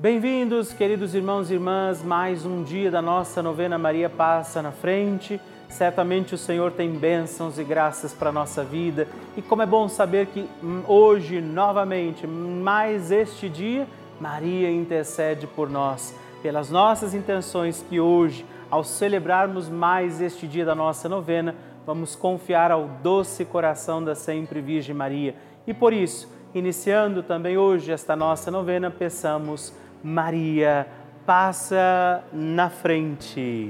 Bem-vindos, queridos irmãos e irmãs, mais um dia da nossa novena Maria Passa na Frente. Certamente o Senhor tem bênçãos e graças para a nossa vida. E como é bom saber que hoje, novamente, mais este dia, Maria intercede por nós, pelas nossas intenções que hoje, ao celebrarmos mais este dia da nossa novena, vamos confiar ao doce coração da sempre Virgem Maria. E por isso, iniciando também hoje esta nossa novena, peçamos: Maria, passa na frente.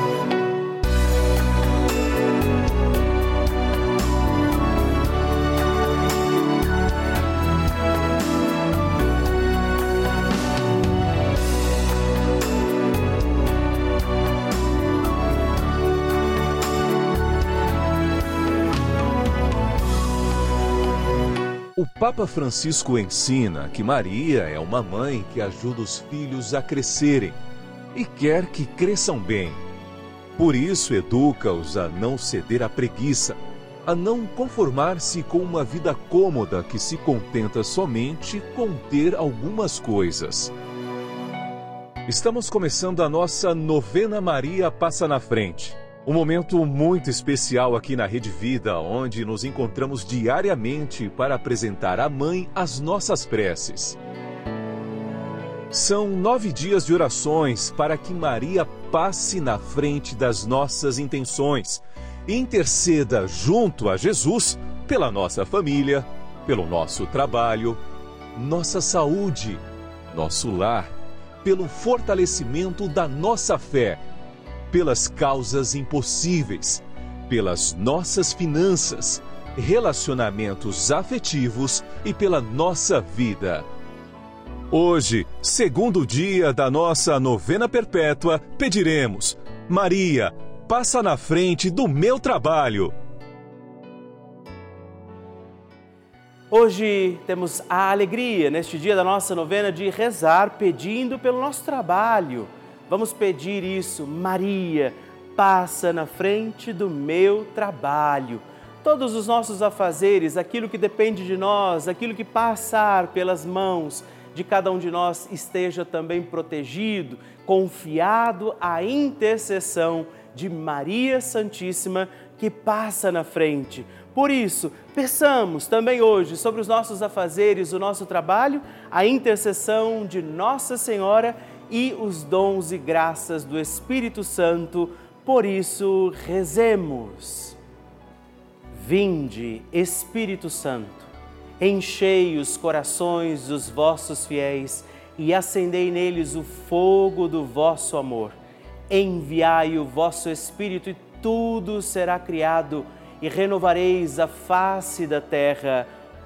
O Papa Francisco ensina que Maria é uma mãe que ajuda os filhos a crescerem e quer que cresçam bem. Por isso, educa-os a não ceder à preguiça, a não conformar-se com uma vida cômoda que se contenta somente com ter algumas coisas. Estamos começando a nossa novena Maria Passa na Frente. Um momento muito especial aqui na Rede Vida, onde nos encontramos diariamente para apresentar à Mãe as nossas preces. São 9 dias de orações para que Maria passe na frente das nossas intenções e interceda junto a Jesus pela nossa família, pelo nosso trabalho, nossa saúde, nosso lar, pelo fortalecimento da nossa fé, pelas causas impossíveis, pelas nossas finanças, relacionamentos afetivos e pela nossa vida. Hoje, segundo dia da nossa novena perpétua, pediremos: Maria, passa na frente do meu trabalho. Hoje temos a alegria, neste dia da nossa novena, de rezar pedindo pelo nosso trabalho. Vamos pedir isso: Maria, passa na frente do meu trabalho. Todos os nossos afazeres, aquilo que depende de nós, aquilo que passar pelas mãos de cada um de nós, esteja também protegido, confiado à intercessão de Maria Santíssima, que passa na frente. Por isso, peçamos também hoje sobre os nossos afazeres, o nosso trabalho, a intercessão de Nossa Senhora e os dons e graças do Espírito Santo. Por isso, rezemos. Vinde, Espírito Santo, enchei os corações dos vossos fiéis e acendei neles o fogo do vosso amor. Enviai o vosso Espírito e tudo será criado e renovareis a face da terra.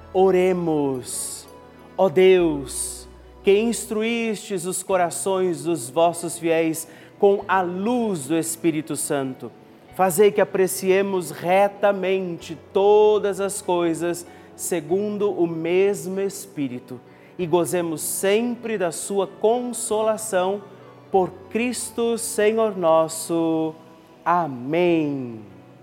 Oremos. Ó Deus, que instruístes os corações dos vossos fiéis com a luz do Espírito Santo, fazei que apreciemos retamente todas as coisas segundo o mesmo Espírito e gozemos sempre da sua consolação por Cristo Senhor nosso. Amém.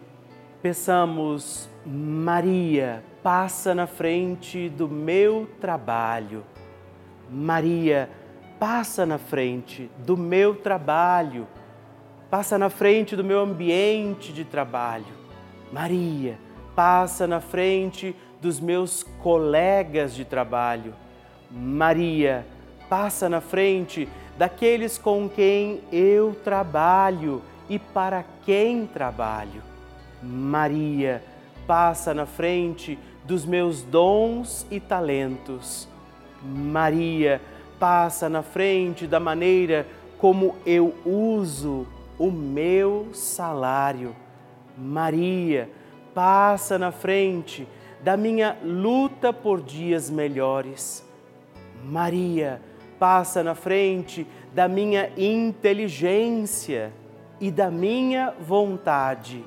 Peçamos: Maria, passa na frente do meu trabalho. Maria, passa na frente do meu trabalho, passa na frente do meu ambiente de trabalho. Maria, passa na frente dos meus colegas de trabalho. Maria, passa na frente daqueles com quem eu trabalho e para quem trabalho. Maria, passa na frente dos meus dons e talentos. Maria, passa na frente da maneira como eu uso o meu salário. Maria, passa na frente da minha luta por dias melhores. Maria, passa na frente da minha inteligência e da minha vontade.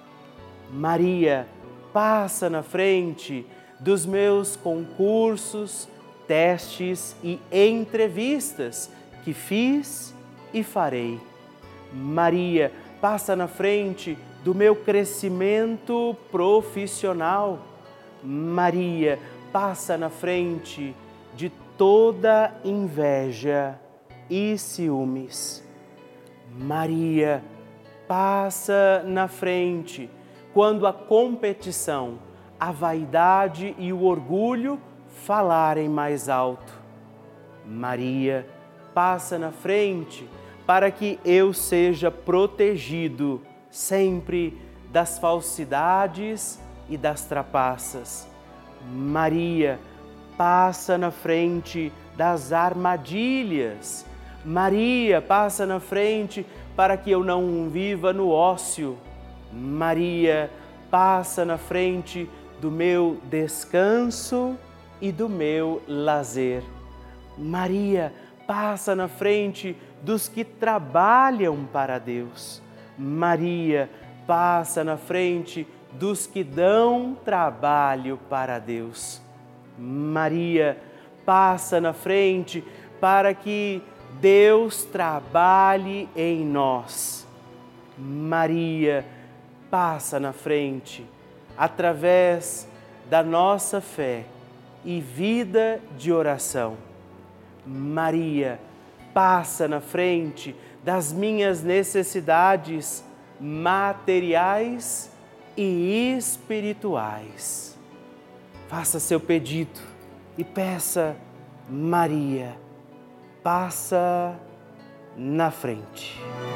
Maria, passa na frente dos meus concursos, testes e entrevistas que fiz e farei. Maria, passa na frente do meu crescimento profissional. Maria, passa na frente de toda inveja e ciúmes. Maria passa na frente quando a competição, a vaidade e o orgulho falarem mais alto. Maria passa na frente para que eu seja protegido sempre das falsidades e das trapaças. Maria passa na frente das armadilhas. Maria passa na frente para que eu não viva no ócio. Maria passa na frente do meu descanso e do meu lazer. Maria passa na frente dos que trabalham para Deus. Maria passa na frente dos que dão trabalho para Deus. Maria passa na frente para que Deus trabalhe em nós. Maria passa na frente através da nossa fé e vida de oração. Maria passa na frente das minhas necessidades materiais e espirituais. Faça seu pedido e peça: Maria, passa na frente.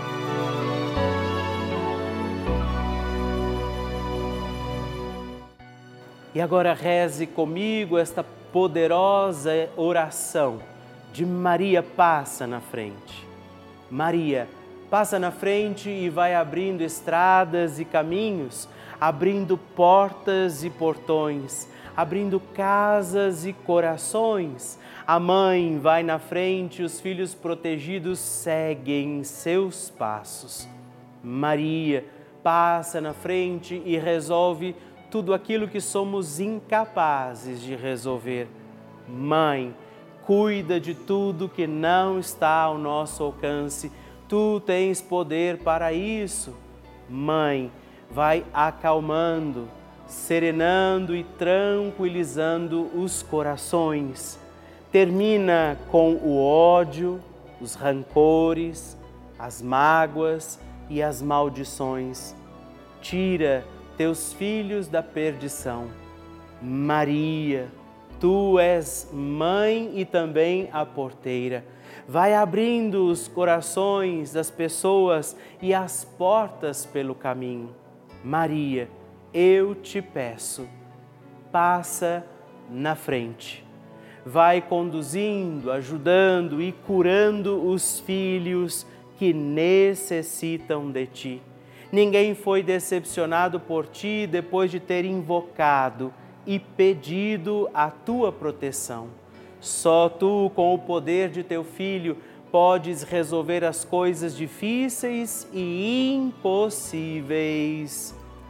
E agora reze comigo esta poderosa oração de Maria passa na frente. Maria passa na frente e vai abrindo estradas e caminhos, abrindo portas e portões, abrindo casas e corações. A mãe vai na frente, os filhos protegidos seguem seus passos. Maria passa na frente e resolve tudo aquilo que somos incapazes de resolver. Mãe, cuida de tudo que não está ao nosso alcance. Tu tens poder para isso. Mãe, vai acalmando, serenando e tranquilizando os corações. Termina com o ódio, os rancores, as mágoas e as maldições. Tira teus filhos da perdição. Maria, tu és mãe e também a porteira. Vai abrindo os corações das pessoas e as portas pelo caminho. Maria, eu te peço, passa na frente. Vai conduzindo, ajudando e curando os filhos que necessitam de ti. Ninguém foi decepcionado por ti depois de ter invocado e pedido a tua proteção. Só tu, com o poder de teu Filho, podes resolver as coisas difíceis e impossíveis.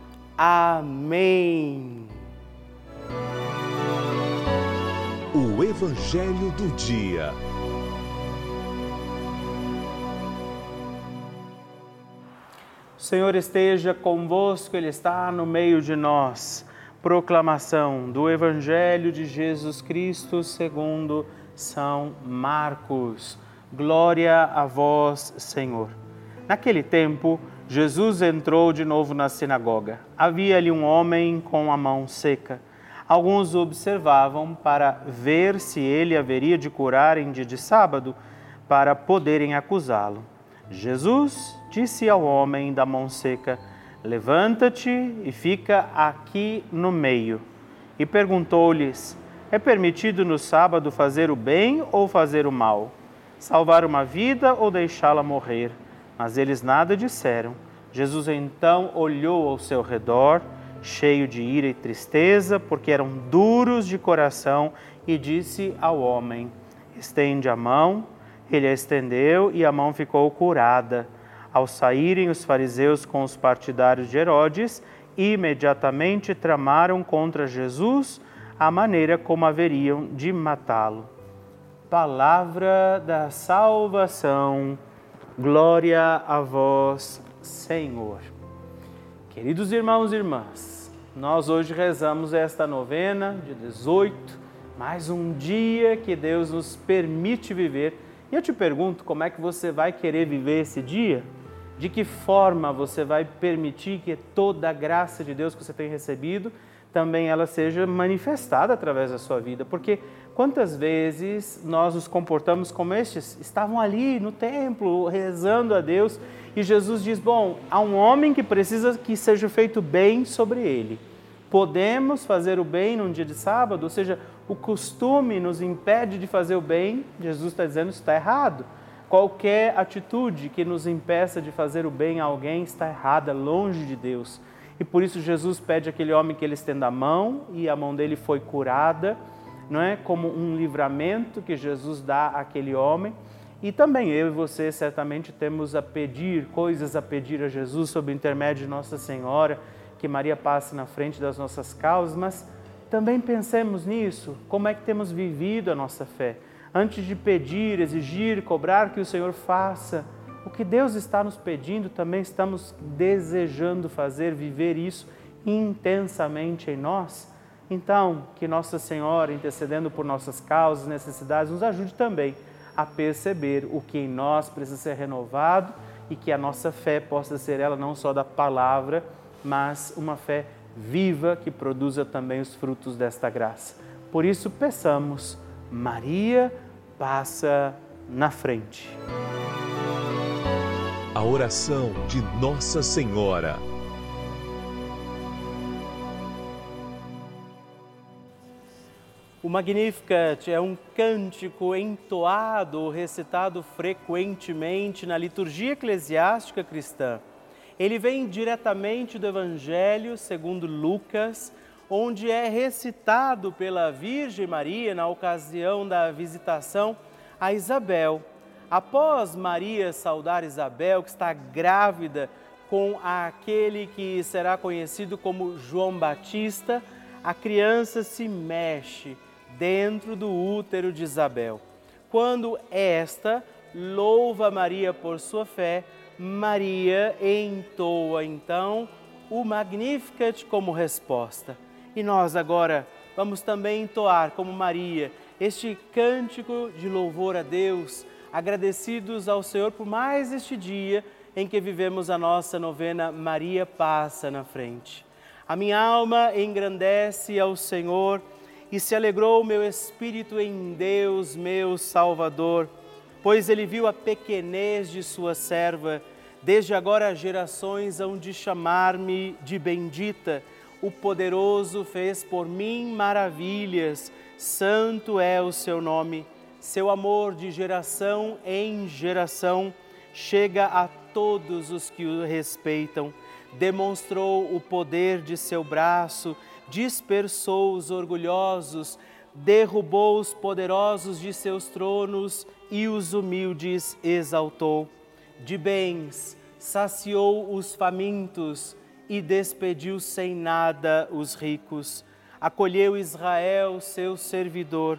Amém. O Evangelho do Dia. O Senhor esteja convosco, Ele está no meio de nós. Proclamação do Evangelho de Jesus Cristo segundo São Marcos. Glória a vós, Senhor. Naquele tempo, Jesus entrou de novo na sinagoga. Havia ali um homem com a mão seca. Alguns o observavam para ver se ele haveria de curar em dia de sábado, para poderem acusá-lo. Jesus disse ao homem da mão seca: levanta-te e fica aqui no meio. E perguntou-lhes: é permitido no sábado fazer o bem ou fazer o mal? Salvar uma vida ou deixá-la morrer? Mas eles nada disseram. Jesus então olhou ao seu redor, cheio de ira e tristeza, porque eram duros de coração, e disse ao homem: estende a mão. Ele a estendeu e a mão ficou curada. Ao saírem os fariseus com os partidários de Herodes, imediatamente tramaram contra Jesus a maneira como haveriam de matá-lo. Palavra da salvação. Glória a vós, Senhor. Queridos irmãos e irmãs, nós hoje rezamos esta novena de 18 mais um dia que Deus nos permite viver. E eu te pergunto, como é que você vai querer viver esse dia? De que forma você vai permitir que toda a graça de Deus que você tem recebido, também ela seja manifestada através da sua vida? Porque quantas vezes nós nos comportamos como estes? Estavam ali no templo, rezando a Deus, e Jesus diz, bom, há um homem que precisa que seja feito bem sobre ele. Podemos fazer o bem num dia de sábado? Ou seja, o costume nos impede de fazer o bem? Jesus está dizendo que está errado. Qualquer atitude que nos impeça de fazer o bem a alguém está errada, longe de Deus. E por isso Jesus pede àquele homem que ele estenda a mão, e a mão dele foi curada, não é? Como um livramento que Jesus dá àquele homem. E também eu e você certamente temos a pedir, coisas a pedir a Jesus sob o intermédio de Nossa Senhora, que Maria passe na frente das nossas causas, mas também pensemos nisso, como é que temos vivido a nossa fé. Antes de pedir, exigir, cobrar que o Senhor faça, o que Deus está nos pedindo, também estamos desejando fazer, viver isso intensamente em nós. Então, que Nossa Senhora, intercedendo por nossas causas, necessidades, nos ajude também a perceber o que em nós precisa ser renovado e que a nossa fé possa ser ela não só da palavra, mas uma fé viva que produza também os frutos desta graça. Por isso, peçamos, Maria passa na frente. A oração de Nossa Senhora. O Magnificat é um cântico entoado, recitado frequentemente na liturgia eclesiástica cristã. Ele vem diretamente do Evangelho segundo Lucas, onde é recitado pela Virgem Maria na ocasião da visitação a Isabel. Após Maria saudar Isabel, que está grávida com aquele que será conhecido como João Batista, a criança se mexe dentro do útero de Isabel. Quando esta louva Maria por sua fé, Maria entoa então o Magnificat como resposta. E nós agora vamos também entoar como Maria este cântico de louvor a Deus, agradecidos ao Senhor por mais este dia em que vivemos a nossa novena Maria Passa na Frente. A minha alma engrandece ao Senhor e se alegrou o meu espírito em Deus, meu Salvador, pois Ele viu a pequenez de sua serva. Desde agora as gerações hão de chamar-me de bendita. O poderoso fez por mim maravilhas, santo é o seu nome. Seu amor de geração em geração chega a todos os que o respeitam. Demonstrou o poder de seu braço, dispersou os orgulhosos, derrubou os poderosos de seus tronos e os humildes exaltou. De bens saciou os famintos e despediu sem nada os ricos. Acolheu Israel, seu servidor,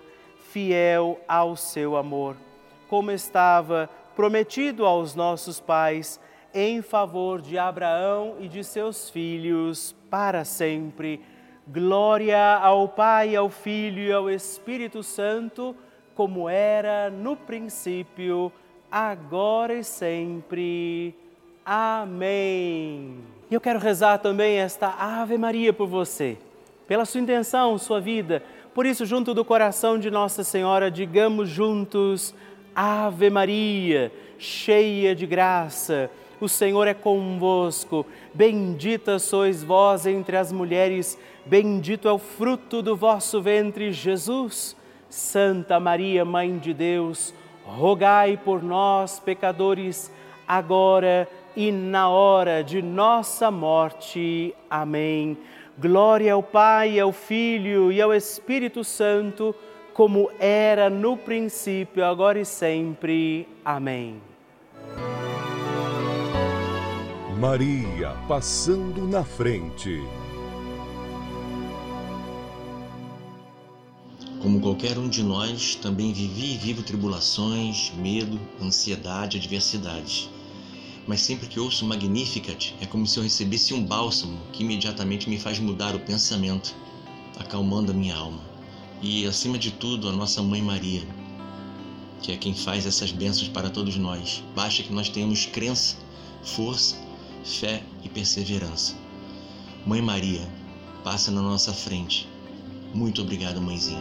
fiel ao seu amor, como estava prometido aos nossos pais, em favor de Abraão e de seus filhos para sempre. Glória ao Pai, ao Filho e ao Espírito Santo, como era no princípio, agora e sempre. Amém. E eu quero rezar também esta Ave Maria por você, pela sua intenção, sua vida. Por isso, junto do coração de Nossa Senhora, digamos juntos: Ave Maria, cheia de graça, o Senhor é convosco. Bendita sois vós entre as mulheres, bendito é o fruto do vosso ventre, Jesus. Santa Maria, Mãe de Deus, rogai por nós, pecadores, agora e na hora de nossa morte. Amém. Glória ao Pai, ao Filho e ao Espírito Santo, como era no princípio, agora e sempre. Amém. Maria passando na frente. Como qualquer um de nós, também vivi e vivo tribulações, medo, ansiedade, adversidade. Mas sempre que ouço o Magnificat, é como se eu recebesse um bálsamo que imediatamente me faz mudar o pensamento, acalmando a minha alma. e, acima de tudo, a nossa Mãe Maria, que é quem faz essas bênçãos para todos nós. Basta que nós tenhamos crença, força, fé e perseverança. Mãe Maria, passa na nossa frente. Muito obrigado, mãezinha.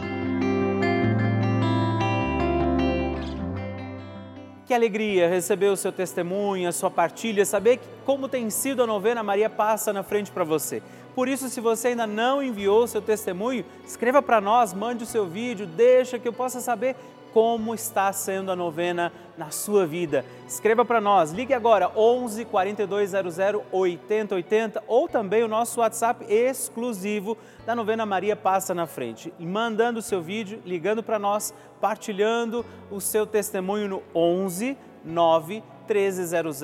Que alegria receber o seu testemunho, a sua partilha, saber como tem sido a novena Maria Passa na Frente para você. Por isso, se você ainda não enviou o seu testemunho, escreva para nós, mande o seu vídeo, deixa que eu possa saber como está sendo a novena na sua vida. Escreva para nós, ligue agora 11 4200 8080 ou também o nosso WhatsApp exclusivo da novena Maria Passa na Frente. E mandando o seu vídeo, ligando para nós, partilhando o seu testemunho no 11 9 1300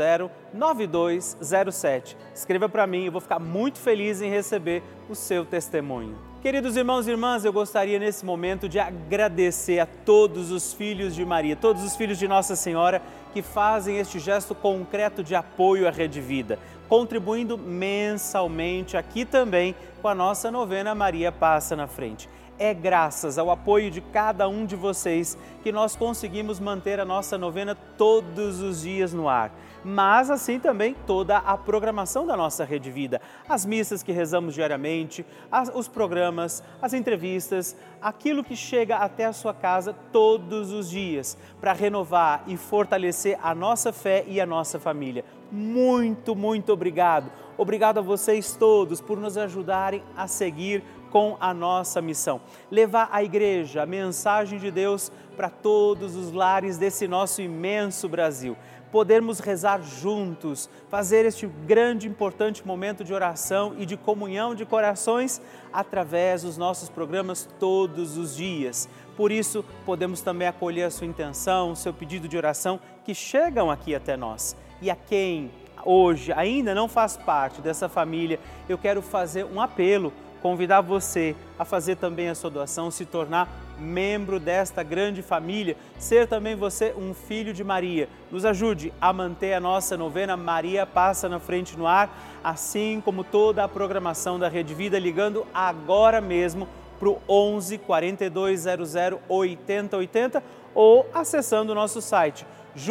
9207. Escreva para mim, eu vou ficar muito feliz em receber o seu testemunho. Queridos irmãos e irmãs, eu gostaria nesse momento de agradecer a todos os filhos de Maria, todos os filhos de Nossa Senhora que fazem este gesto concreto de apoio à Rede Vida, contribuindo mensalmente aqui também com a nossa novena Maria Passa na Frente. É graças ao apoio de cada um de vocês que nós conseguimos manter a nossa novena todos os dias no ar. Mas assim também toda a programação da nossa Rede Vida, as missas que rezamos diariamente, os programas, as entrevistas, aquilo que chega até a sua casa todos os dias para renovar e fortalecer a nossa fé e a nossa família. Muito, muito obrigado. Obrigado a vocês todos por nos ajudarem a seguir com a nossa missão. Levar a igreja, a mensagem de Deus para todos os lares desse nosso imenso Brasil. Podermos rezar juntos, fazer este grande e importante momento de oração e de comunhão de corações através dos nossos programas todos os dias. Por isso, podemos também acolher a sua intenção, o seu pedido de oração que chegam aqui até nós. E a quem hoje ainda não faz parte dessa família, eu quero fazer um apelo, convidar você a fazer também a sua doação, se tornar membro desta grande família, ser também você um filho de Maria. Nos ajude a manter a nossa novena Maria Passa na Frente no ar, assim como toda a programação da Rede Vida, ligando agora mesmo para o 11 4200 8080 ou acessando o nosso site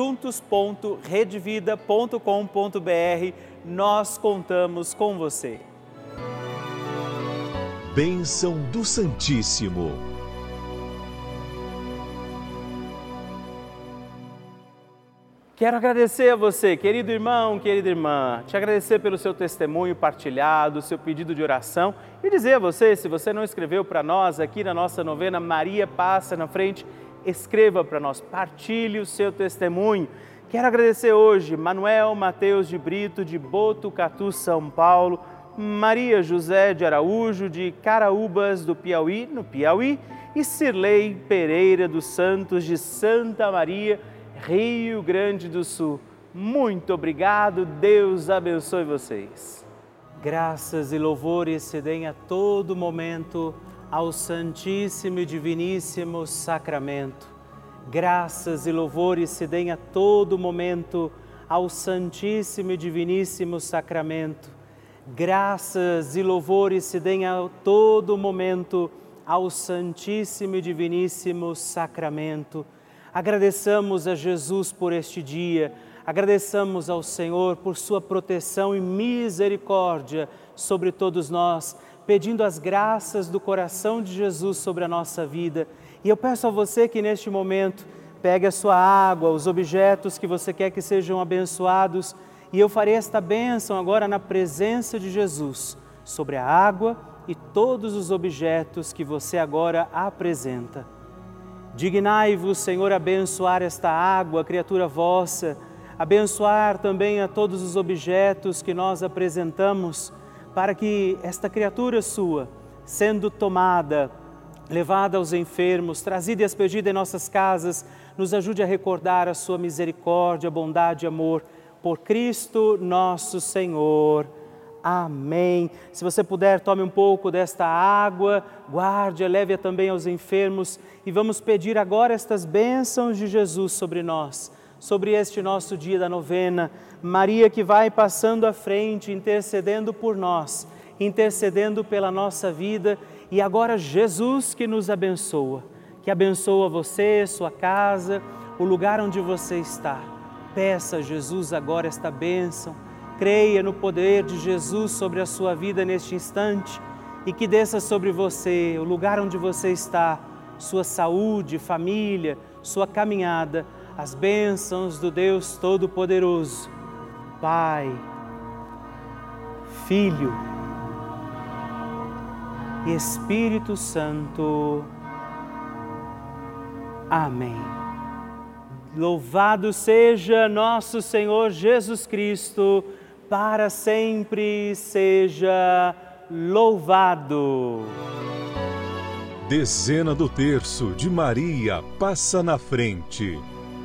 juntos.redevida.com.br. Nós contamos com você. Bênção do Santíssimo. Quero agradecer a você, querido irmão, querida irmã, te agradecer pelo seu testemunho partilhado, seu pedido de oração e dizer a você, se você não escreveu para nós aqui na nossa novena Maria Passa na Frente, escreva para nós, partilhe o seu testemunho. Quero agradecer hoje Manuel Mateus de Brito, de Botucatu, São Paulo, Maria José de Araújo, de Caraúbas do Piauí, no Piauí, e Cirlei Pereira dos Santos, de Santa Maria, Rio Grande do Sul. Muito obrigado, Deus abençoe vocês. Graças e louvores se deem a todo momento ao Santíssimo e Diviníssimo Sacramento. Graças e louvores se deem a todo momento ao Santíssimo e Diviníssimo Sacramento. Graças e louvores se deem a todo momento ao Santíssimo e Diviníssimo Sacramento. Agradeçamos a Jesus por este dia, agradeçamos ao Senhor por sua proteção e misericórdia sobre todos nós, pedindo as graças do coração de Jesus sobre a nossa vida. E eu peço a você que neste momento pegue a sua água, os objetos que você quer que sejam abençoados, e eu farei esta bênção agora na presença de Jesus, sobre a água e todos os objetos que você agora apresenta. Dignai-vos, Senhor, abençoar esta água, criatura vossa, abençoar também a todos os objetos que nós apresentamos, para que esta criatura sua, sendo tomada, levada aos enfermos, trazida e aspergida em nossas casas, nos ajude a recordar a sua misericórdia, bondade e amor, por Cristo nosso Senhor. Amém. Se você puder, tome um pouco desta água, guarde, leve-a também aos enfermos e vamos pedir agora estas bênçãos de Jesus sobre nós, sobre este nosso dia da novena. Maria que vai passando à frente, intercedendo por nós, intercedendo pela nossa vida E agora Jesus que nos abençoa, que abençoa você, sua casa, o lugar onde você está. Peça a Jesus agora esta bênção, creia no poder de Jesus sobre a sua vida neste instante e que desça sobre você, o lugar onde você está, sua saúde, família, sua caminhada, as bênçãos do Deus Todo-Poderoso, Pai, Filho e Espírito Santo. Amém. Louvado seja nosso Senhor Jesus Cristo, para sempre seja louvado. Dezena do terço de Maria passa na frente.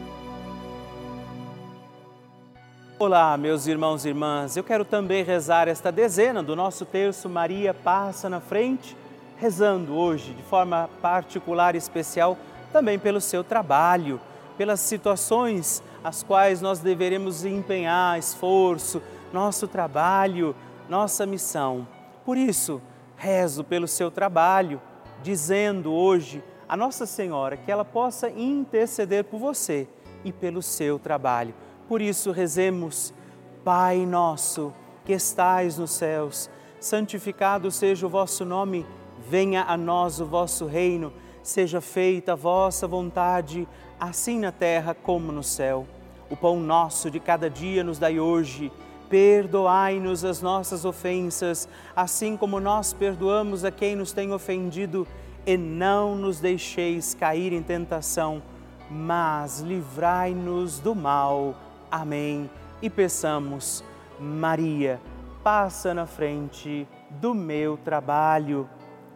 Olá, meus irmãos e irmãs, eu quero também rezar esta dezena do nosso terço Maria passa na frente, rezando hoje de forma particular e especial também pelo seu trabalho, pelas situações as quais nós deveremos empenhar esforço, nosso trabalho, nossa missão. Por isso, rezo pelo seu trabalho, dizendo hoje a Nossa Senhora que ela possa interceder por você e pelo seu trabalho. Por isso, rezemos: Pai nosso, que estais nos céus, santificado seja o vosso nome, venha a nós o vosso reino, seja feita a vossa vontade, assim na terra como no céu. O pão nosso de cada dia nos dai hoje. Perdoai-nos as nossas ofensas, assim como nós perdoamos a quem nos tem ofendido, e não nos deixeis cair em tentação, mas livrai-nos do mal. Amém. E peçamos: Maria, passa na frente do meu trabalho.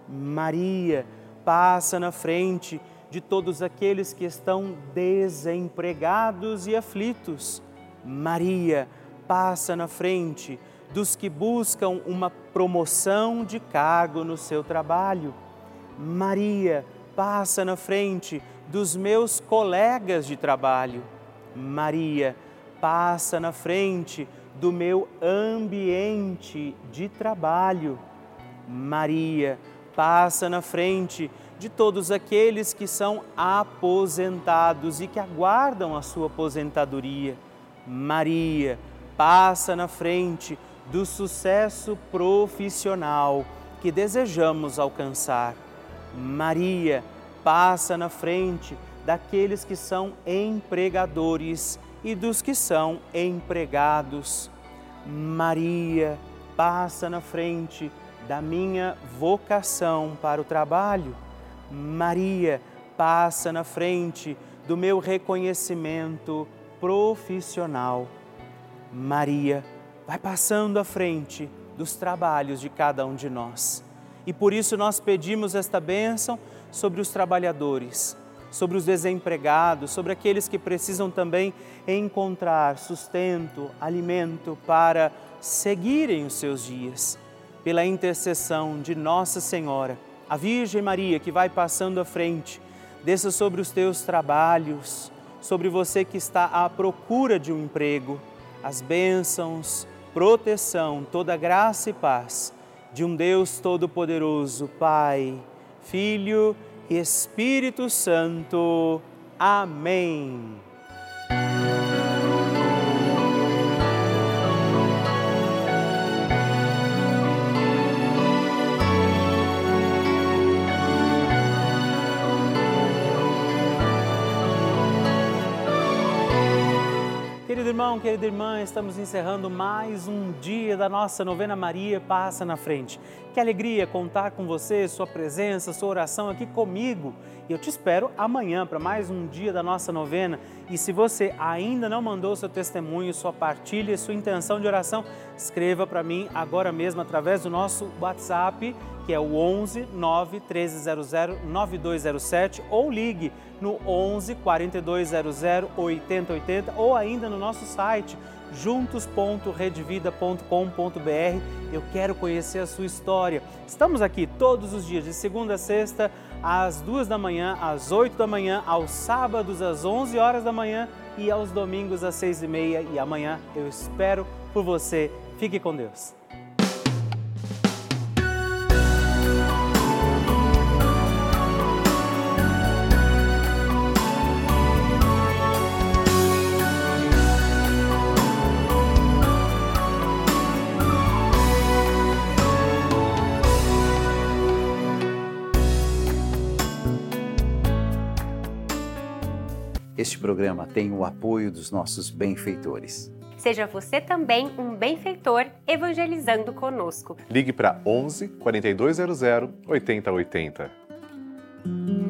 Maria, passa na frente de todos aqueles que estão desempregados e aflitos. Maria, passa na frente dos que buscam uma promoção de cargo no seu trabalho. Maria, passa na frente dos meus colegas de trabalho. Maria, passa na frente do meu ambiente de trabalho. Maria, passa na frente de todos aqueles que são aposentados e que aguardam a sua aposentadoria. Maria, passa na frente do sucesso profissional que desejamos alcançar. Maria, passa na frente daqueles que são empregadores e dos que são empregados. Maria, passa na frente da minha vocação para o trabalho. Maria, passa na frente do meu reconhecimento profissional. Maria, vai passando à frente dos trabalhos de cada um de nós. E por isso nós pedimos esta bênção sobre os trabalhadores, sobre os desempregados, sobre aqueles que precisam também encontrar sustento, alimento para seguirem os seus dias. Pela intercessão de Nossa Senhora, a Virgem Maria que vai passando à frente, desça sobre os teus trabalhos, sobre você que está à procura de um emprego, as bênçãos, proteção, toda graça e paz de um Deus Todo-Poderoso, Pai, Filho e Espírito Santo. Amém. Querido irmão, querida irmã, estamos encerrando mais um dia da nossa novena Maria Passa na Frente. Que alegria contar com você, sua presença, sua oração aqui comigo. E eu te espero amanhã para mais um dia da nossa novena. E se você ainda não mandou seu testemunho, sua partilha, sua intenção de oração, escreva para mim agora mesmo através do nosso WhatsApp, que é o 11 9 1300 9207, ou ligue no 11 4200 8080, ou ainda no nosso site juntos.redvida.com.br. Eu quero conhecer a sua história. Estamos aqui todos os dias, de segunda a sexta, às 2 da manhã, às 8 da manhã, aos sábados às 11 horas da manhã e aos domingos às 6h30. E amanhã eu espero por você. Fique com Deus. Este programa tem o apoio dos nossos benfeitores. Seja você também um benfeitor evangelizando conosco. Ligue para 11 4200 8080.